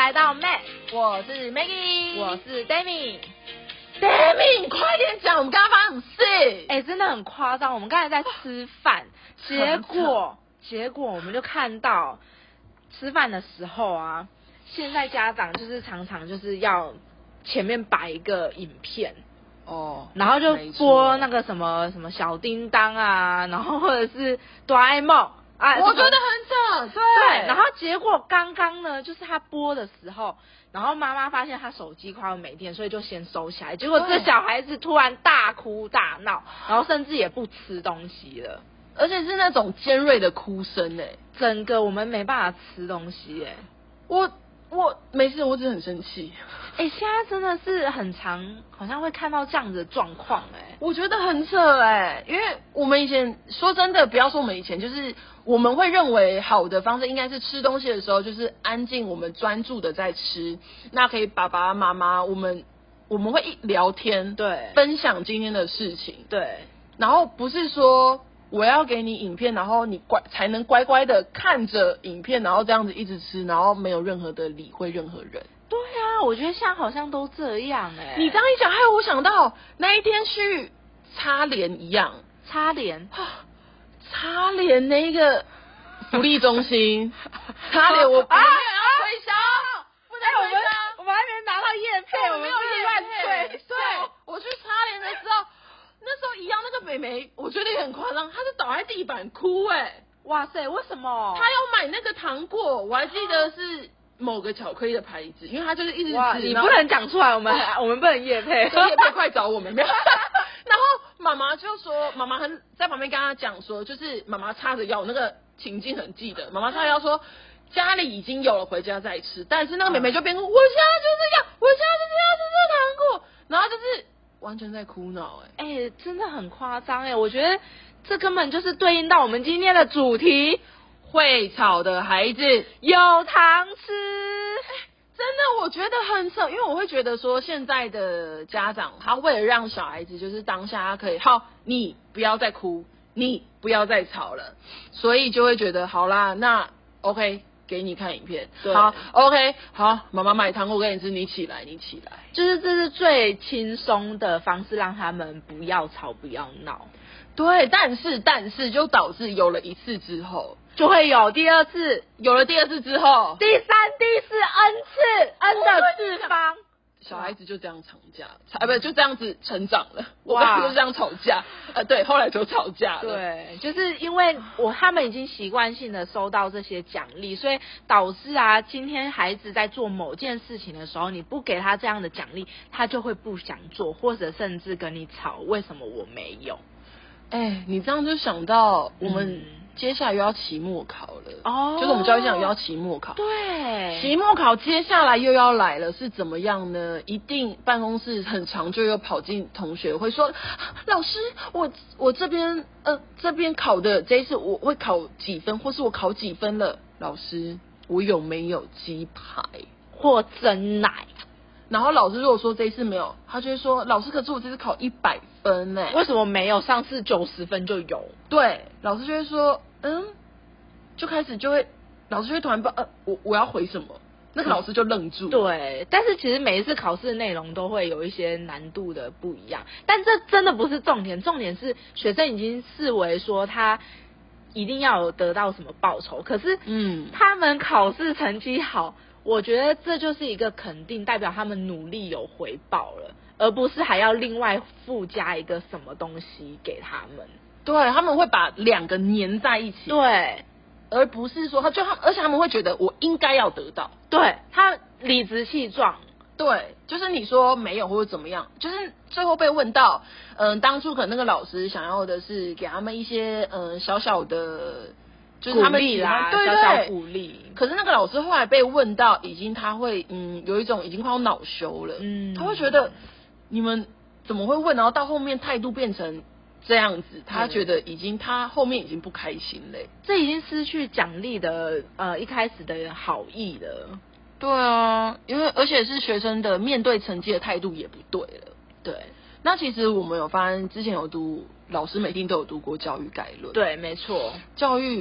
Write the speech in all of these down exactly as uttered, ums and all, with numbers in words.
来到 Mac， 我是 Maggie， 我是 Demi。 Demi， 你快点讲，我们刚刚发生什么事？ 哎、欸，真的很夸张。我们刚才在吃饭，结果结果我们就看到吃饭的时候啊，现在家长就是常常就是要前面摆一个影片。 哦， 然后就播那个什么什么小叮当啊，然后或者是哆啦 A 梦啊， 我觉得很扯，对。 对，然后结果刚刚呢，就是他播的时候，然后妈妈发现他手机快要没电，所以就先收起来。结果这小孩子突然大哭大闹，然后甚至也不吃东西了， 而且是那种尖锐的哭声哎， 整个我们没办法吃东西哎， 我。我没事，我只是很生气。 哎、欸，现在真的是很常，好像会看到这样子的状况哎， 我觉得很扯哎，因为我们以前说真的，不要说我们以前，就是我们会认为好的方式应该是吃东西的时候就是安静，我们专注的在吃，那可以爸爸妈妈我们我们会一聊天， 对， 分享今天的事情， 对， 然后不是说我要给你影片，然后你乖才能乖乖的看着影片，然后这样子一直吃，然后没有任何的理会任何人。 对啊，我觉得现在好像都这样哎、欸。 你这样一讲，害我想到那一天去擦脸一样， 擦脸， 擦脸那个福利中心，擦脸我啊没有要推销，不能推销、 哎，我们我们还没拿到业配，我们没有业配， 对， 对，我去擦脸的时候。那时候一样，那个妹妹我觉得也很夸张，她是倒在地板哭哎、欸， 哇塞，为什么？ 她要买那个糖果，我还记得是某个巧克力的牌子，因为她就是一直吃， 你不能讲出来，我们我们不能业配， 业配快找我们没有。然后妈妈就说，妈妈很在旁边跟她讲说，就是妈妈叉着腰，那个情境很记得，妈妈叉着腰说。家里已经有了，回家再吃。但是那个妹妹就边哭，嗯、我现在就是要，我现在就是要吃这个糖果，然后就是完全在哭闹，哎， 哎，真的很夸张哎，我觉得这根本就是对应到我们今天的主题， 会吵的孩子有糖吃。 真的，我觉得很扯，因为我会觉得说，现在的家长他为了让小孩子就是当下他可以，好，你不要再哭，你不要再吵了，所以就会觉得好啦，那 OK。给你看影片，好 ，OK， 好，妈妈买糖果给你吃，你起来，你起来， 就是这是最轻松的方式，让他们不要吵，不要闹。 对，但是但是就导致有了一次之后， 就会有第二次， 有了第二次之后， 第三、第四 N 次 N 的次方。 小孩子就这样吵架，啊，不就这样子成长了。我跟他就这样吵架，呃，对，后来就吵架了。 对，就是因为我他们已经习惯性的收到这些奖励，所以导致啊，今天孩子在做某件事情的时候，你不给他这样的奖励，他就会不想做，或者甚至跟你吵，为什么我没有？ 哎、欸，你这样就想到我们接下来又要期末考了哦， 就是我们教育现场又要期末考， 对， 期末考接下来又要来了，是怎么样呢？一定办公室很长，就又跑进同学会说，老师，我我这边呃这边考的这一次我会考几分，或是我考几分了？老师，我有没有鸡排或真奶？ 然后老师如果说这一次没有，他就会说，老师，可是我这次考一百分哎， 为什么没有？上次九十分就有。 对，老师就会说，嗯，就开始就会，老师就会突然不，呃，我我要回什么？那个老师就愣住。 对，但是其实每一次考试的内容都会有一些难度的不一样，但这真的不是重点，重点是学生已经视为说他一定要有得到什么报酬，可是，嗯，他们考试成绩好。我觉得这就是一个肯定，代表他们努力有回报了，而不是还要另外附加一个什么东西给他们。 对，他们会把两个粘在一起。 对， 而不是说他就他，而且他们会觉得我应该要得到。 对，他理直气壮。 对，就是你说没有或者怎么样，就是最后被问到，嗯、呃，当初可能那个老师想要的是给他们一些呃小小的。就是他们鼓励啦， 对对， 小小鼓励。 可是那个老师后来被问到，已经他会嗯有一种已经快要恼羞了，嗯，他会觉得你们怎么会问，然后到后面态度变成这样子，他觉得已经他后面已经不开心嘞， 这已经失去奖励的呃一开始的好意了。 对啊，因为而且是学生的面对成绩的态度也不对了。 对， 那其实我们有发现，之前有读老师每天都有读过教育概论， 对，没错， 教育。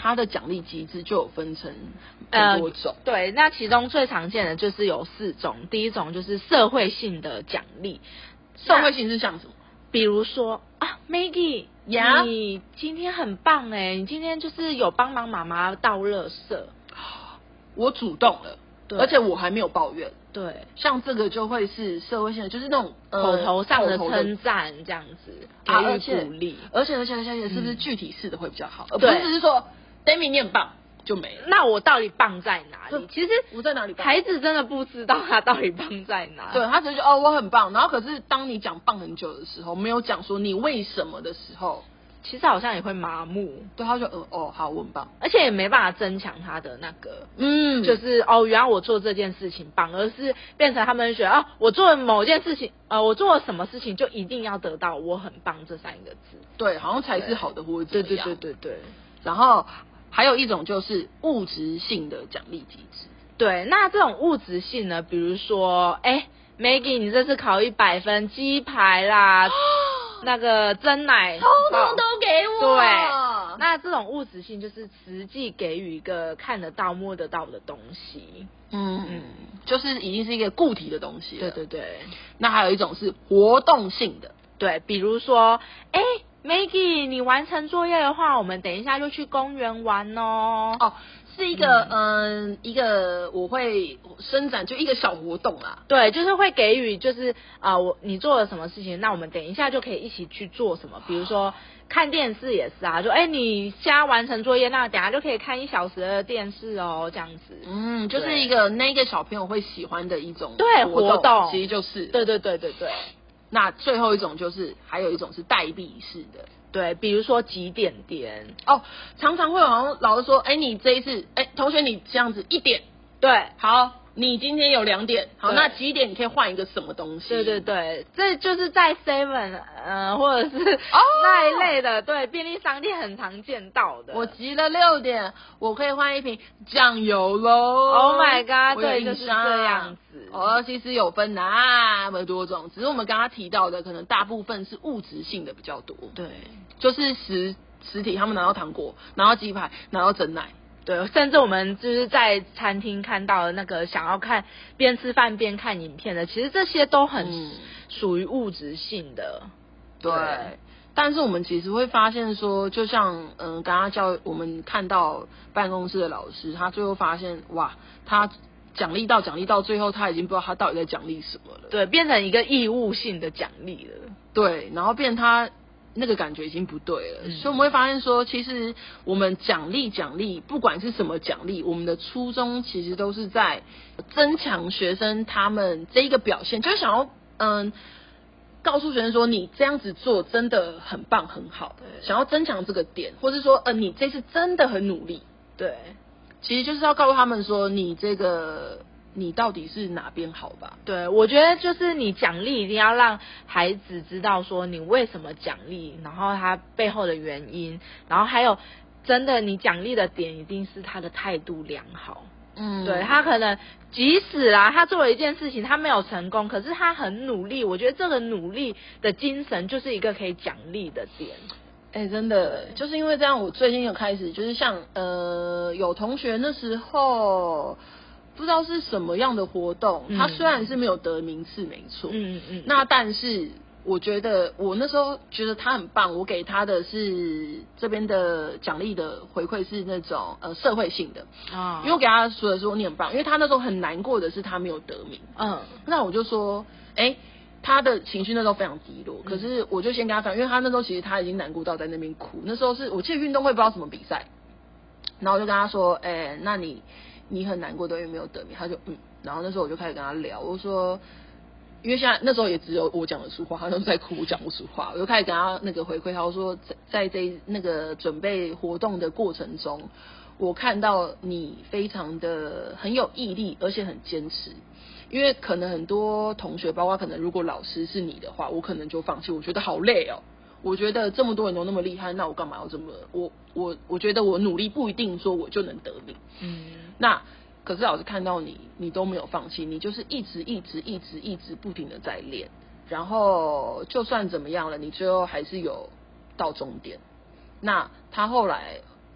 它的奖励机制就有分成很多种、 呃。对，那其中最常见的就是有四种，第一种就是社会性的奖励。 社会性是像什么？ 比如说啊 ，Maggie， 呀、yeah? 你今天很棒哎，你今天就是有帮忙妈妈倒垃圾， 我主动了，而且我还没有抱怨。 对， 像这个就会是社会性的，就是那种、呃、 口头上的称赞这样子，给予鼓励、 啊，而且而且而且而且是不是具体式的会比较好， 嗯、 而不是只是说 Demi 你很棒就没了。 那我到底棒在哪里？其实我在哪里棒？ 孩子真的不知道他到底棒在哪。 对，他只是觉得哦我很棒，然后可是当你讲棒很久的时候，没有讲说你为什么的时候， 其实好像也会麻木。 对，他就呃哦好我很棒， 而且也没办法增强他的那个嗯， 就是哦原来我做这件事情棒，而是变成他们觉得哦我做了某件事情呃我做了什么事情就一定要得到我很棒这三个字。 对，好像才是好的或者怎么样。 对对对对对。 然后还有一种就是物质性的奖励机制。 对，那这种物质性呢，比如说，哎 ，Maggie， 你这次考一百分，鸡排啦，那个珍奶， 通通都给我。 对，那这种物质性就是实际给予一个看得到、摸得到的东西。 嗯嗯，就是已经是一个固体的东西了。 对对对。 那还有一种是活动性的， 对，比如说，哎 ，Maggie， 你完成作业的话，我们等一下就去公园玩哦。 哦。是一个嗯、呃、一个我会伸展就一个小活动啦， 对，就是会给予就是啊、呃、我你做了什么事情，那我们等一下就可以一起去做什么，比如说看电视也是啊，就哎你现在完成作业，那等一下就可以看一小时的电视哦，这样子， 嗯，就是一个那个小朋友会喜欢的一种对活动， 活动其实就是对对对对对。 那最后一种就是还有一种是代币式的。 对，比如说几点点哦，常常会有好像老师说，哎，你这一次，哎，同学你这样子一点， 对， 好，你今天有两点，好，那几点你可以换一个什么东西？ 对对对，这就是在 Seven 呃或者是那一类的、哦、对便利商店很常见到的。 我急了六点，我可以换一瓶酱油喽。 Oh my god， 对，就是这样子。 哦，其实有分那么多种，只是我们刚刚提到的，可能大部分是物质性的比较多。 对， 就是实实体，他们拿到糖果，拿到鸡排，拿到珍奶。 对，甚至我们就是在餐厅看到的那个想要看边吃饭边看影片的，其实这些都很属于物质性的。 对，对，但是我们其实会发现说，就像嗯，刚刚教我们看到办公室的老师，他最后发现哇，他奖励到奖励到最后，他已经不知道他到底在奖励什么了。 对，变成一个义务性的奖励了。 对，然后变他。那个感觉已经不对了，嗯、所以我们会发现说，其实我们奖励奖励，不管是什么奖励，我们的初衷其实都是在增强学生他们这一个表现，就是想要嗯告诉学生说，你这样子做真的很棒很好，想要增强这个点，或是说呃你这次真的很努力， 对， 其实就是要告诉他们说，你这个。你到底是哪边好吧？ 对，我觉得就是你奖励一定要让孩子知道说你为什么奖励，然后他背后的原因，然后还有真的你奖励的点一定是他的态度良好。嗯，对，他可能即使啊他做了一件事情他没有成功，可是他很努力，我觉得这个努力的精神就是一个可以奖励的点。 哎、欸，真的就是因为这样，我最近有开始就是像呃有同学那时候。不知道是什么样的活动，嗯、他虽然是没有得名次，没错，嗯嗯，那但是我觉得我那时候觉得他很棒，我给他的是这边的奖励的回馈是那种呃社会性的啊，因为我给他说的说你很棒，因为他那时候很难过的是他没有得名，嗯，那我就说，哎、欸，他的情绪那时候非常低落，可是我就先跟他讲，因为他那时候其实他已经难过到在那边哭，那时候是我记得运动会不知道什么比赛，然后我就跟他说，哎、欸，那你。你很难过的，因为没有得名，他就嗯，然后那时候我就开始跟他聊，我说，因为现在那时候也只有我讲得出话，他都在哭，我讲不出话，我就开始跟他那个回馈，他说在在这那个准备活动的过程中，我看到你非常的很有毅力，而且很坚持，因为可能很多同学，包括可能如果老师是你的话，我可能就放弃，我觉得好累哦。我觉得这么多人都那么厉害，那我干嘛要这么？我我我觉得我努力不一定说我就能得名。嗯，那可是老师看到你，你都没有放弃，你就是一直一直一直一直不停的在练，然后就算怎么样了，你最后还是有到终点。那他后来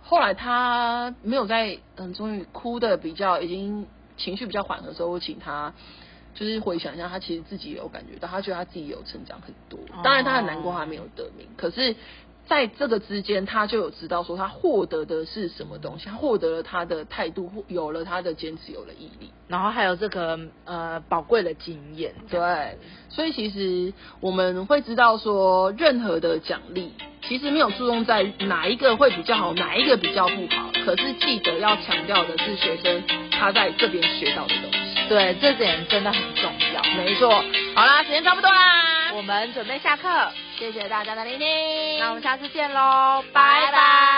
后来他没有在嗯，终于哭的比较已经情绪比较缓和的时候，我请他就是回想一下，他其实自己有感觉到，他觉得他自己有成长很多。当然他很难过，他没有得名，可是在这个之间，他就有知道说他获得的是什么东西，他获得了他的态度，有了他的坚持，有了毅力， 然后还有这个呃宝贵的经验。 对，所以其实我们会知道说，任何的奖励其实没有注重在哪一个会比较好，哪一个比较不好，可是记得要强调的是学生他在这边学到的东西。 对，这点真的很重要。 没错。好啦，时间差不多啦， 我们准备下课， 谢谢大家的聆听， 那我们下次见喽，拜拜。